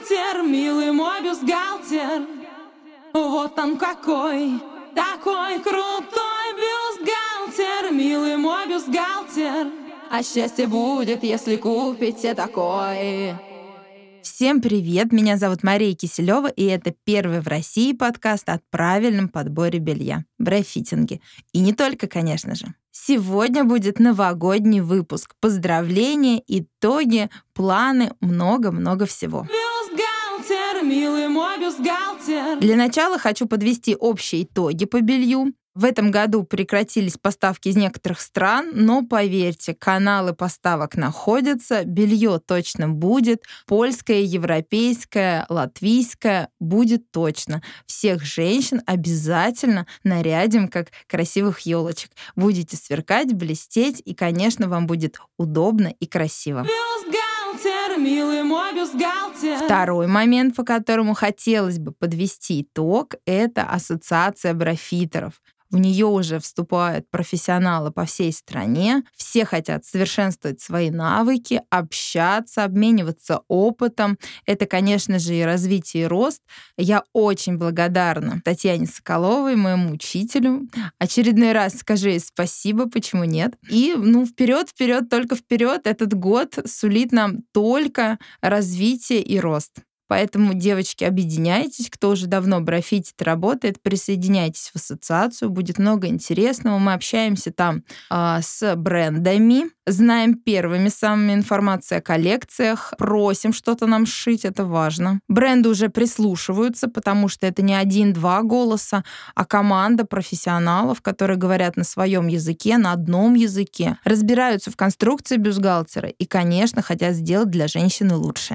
бюстгальтер, милый мой бюстгальтер. Вот он какой, такой крутой бюстгальтер, милый мой бюстгальтер. А счастье будет, если купите такой. Всем привет, меня зовут Мария Киселева, и это первый в России подкаст о правильном подборе белья, брефитинге. И не только, конечно же. Сегодня будет новогодний выпуск. Поздравления, итоги, планы, много-много всего. Бюстгальтер, милый мой бюстгальтер. Для начала хочу подвести общие итоги по белью. В этом году прекратились поставки из некоторых стран, но поверьте, каналы поставок находятся, белье точно будет, польское, европейское, латвийское будет точно. Всех женщин обязательно нарядим как красивых елочек. Будете сверкать, блестеть, и, конечно, вам будет удобно и красиво. Бюстгальтер, милый мой бюстгальтер. Второй момент, по которому хотелось бы подвести итог, это ассоциация брафитеров. В нее уже вступают профессионалы по всей стране. Все хотят совершенствовать свои навыки, общаться, обмениваться опытом. Это, конечно же, и развитие, и рост. Я очень благодарна Татьяне Соколовой, моему учителю. Очередной раз скажу ей спасибо, почему нет. И вперед, только вперед. Этот год сулит нам только развитие и рост. Поэтому, девочки, объединяйтесь, кто уже давно брафитит, работает, присоединяйтесь в ассоциацию, будет много интересного. Мы общаемся там с брендами, знаем первыми самыми информацию о коллекциях, просим что-то нам сшить, это важно. Бренды уже прислушиваются, потому что это не один-два голоса, а команда профессионалов, которые говорят на своем языке, на одном языке, разбираются в конструкции бюстгальтера и, конечно, хотят сделать для женщины лучшее.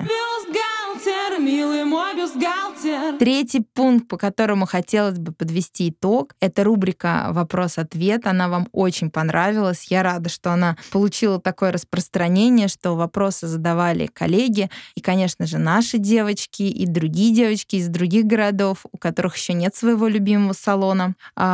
Милый мой бюстгальтер. Третий пункт, по которому хотелось бы подвести итог, это рубрика «Вопрос-ответ». Она вам очень понравилась. Я рада, что она получила такое распространение, что вопросы задавали коллеги и, конечно же, наши девочки и другие девочки из других городов, у которых еще нет своего любимого салона.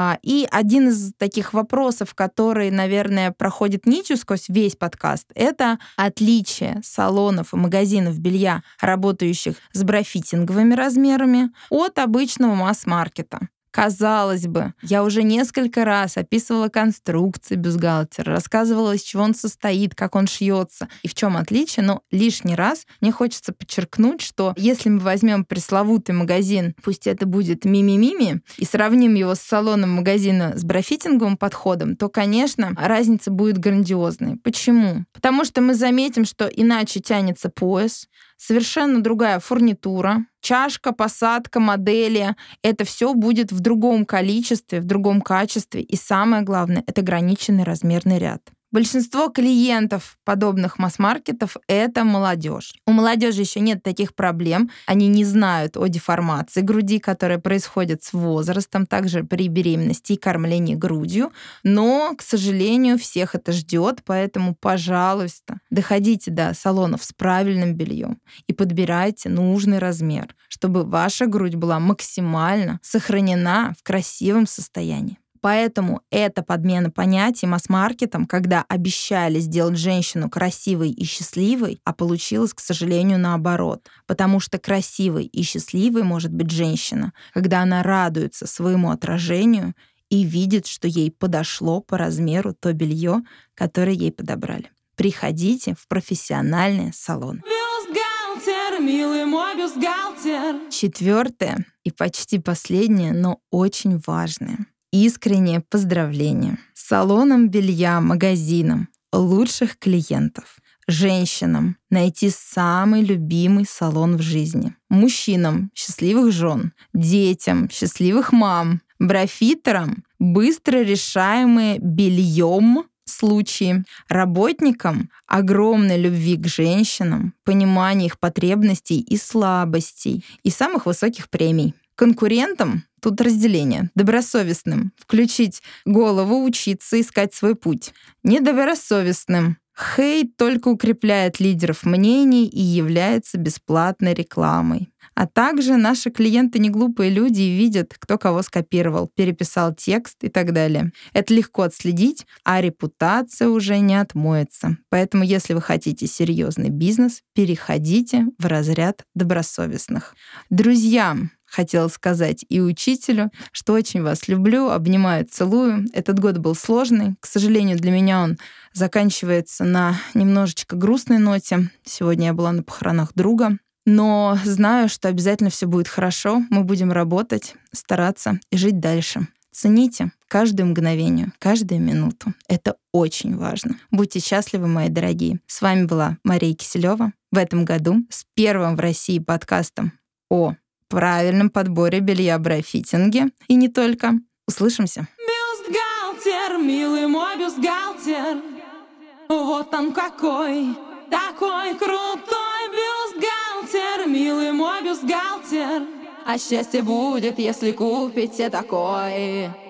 И один из таких вопросов, который, наверное, проходит нитью сквозь весь подкаст, это отличие салонов и магазинов белья, работающих с брафитинговыми размерами, от обычного масс-маркета. Казалось бы, я уже несколько раз описывала конструкции бюстгальтера, рассказывала, из чего он состоит, как он шьется и в чем отличие, но лишний раз мне хочется подчеркнуть, что если мы возьмем пресловутый магазин, пусть это будет Мими-Мими, и сравним его с салоном магазина с брафитинговым подходом, то, конечно, разница будет грандиозной. Почему? Потому что мы заметим, что иначе тянется пояс, совершенно другая фурнитура, чашка, посадка, модели. Это все будет в другом количестве, в другом качестве. И самое главное, это ограниченный размерный ряд. Большинство клиентов подобных масс-маркетов — это молодежь. У молодежи еще нет таких проблем. Они не знают о деформации груди, которая происходит с возрастом, также при беременности и кормлении грудью. Но, к сожалению, всех это ждет, поэтому, пожалуйста, доходите до салонов с правильным бельем и подбирайте нужный размер, чтобы ваша грудь была максимально сохранена в красивом состоянии. Поэтому это подмена понятий масс-маркетом, когда обещали сделать женщину красивой и счастливой, а получилось, к сожалению, наоборот. Потому что красивой и счастливой может быть женщина, когда она радуется своему отражению и видит, что ей подошло по размеру то белье, которое ей подобрали. Приходите в профессиональный салон. Бюстгальтер, милый мой бюстгальтер. Четвертое и почти последнее, но очень важное. Искреннее поздравление салонам белья, магазинам, лучших клиентов, женщинам найти самый любимый салон в жизни, мужчинам счастливых жен, детям счастливых мам, брафитерам быстро решаемые бельем случаи, работникам огромной любви к женщинам, понимания их потребностей и слабостей и самых высоких премий. Конкурентам тут разделение. Добросовестным — включить голову, учиться, искать свой путь. Недобросовестным Хейт только укрепляет лидеров мнений и является бесплатной рекламой. А также наши клиенты не глупые люди и видят, кто кого скопировал, переписал текст и так далее. Это легко отследить, а репутация уже не отмоется. Поэтому, если вы хотите серьезный бизнес, переходите в разряд добросовестных. Друзья, хотела сказать и учителю, что очень вас люблю, обнимаю, целую. Этот год был сложный. К сожалению, для меня он заканчивается на немножечко грустной ноте. Сегодня я была на похоронах друга. Но знаю, что обязательно все будет хорошо. Мы будем работать, стараться и жить дальше. Цените каждое мгновение, каждую минуту. Это очень важно. Будьте счастливы, мои дорогие. С вами была Мария Киселева. В этом году с первым в России подкастом о правильном подборе белья брафитинге. И не только. Услышимся. Бюстгальтер, милый мой бюстгальтер. Вот он какой, такой крутой бюстгальтер, милый мой бюстгальтер. А счастье будет, если купите такой.